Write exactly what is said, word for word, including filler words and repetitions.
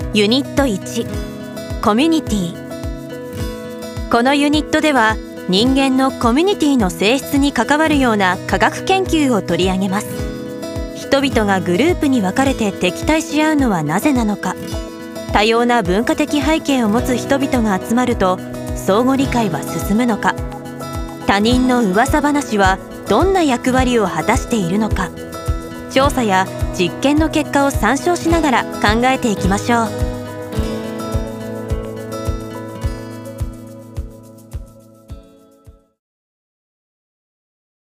ユニットいち、コミュニティ。このユニットでは人間のコミュニティの性質に関わるような科学研究を取り上げます。人々がグループに分かれて敵対し合うのはなぜなのか、多様な文化的背景を持つ人々が集まると相互理解は進むのか、他人の噂話はどんな役割を果たしているのか、調査や実験の結果を参照しながら考えていきましょう。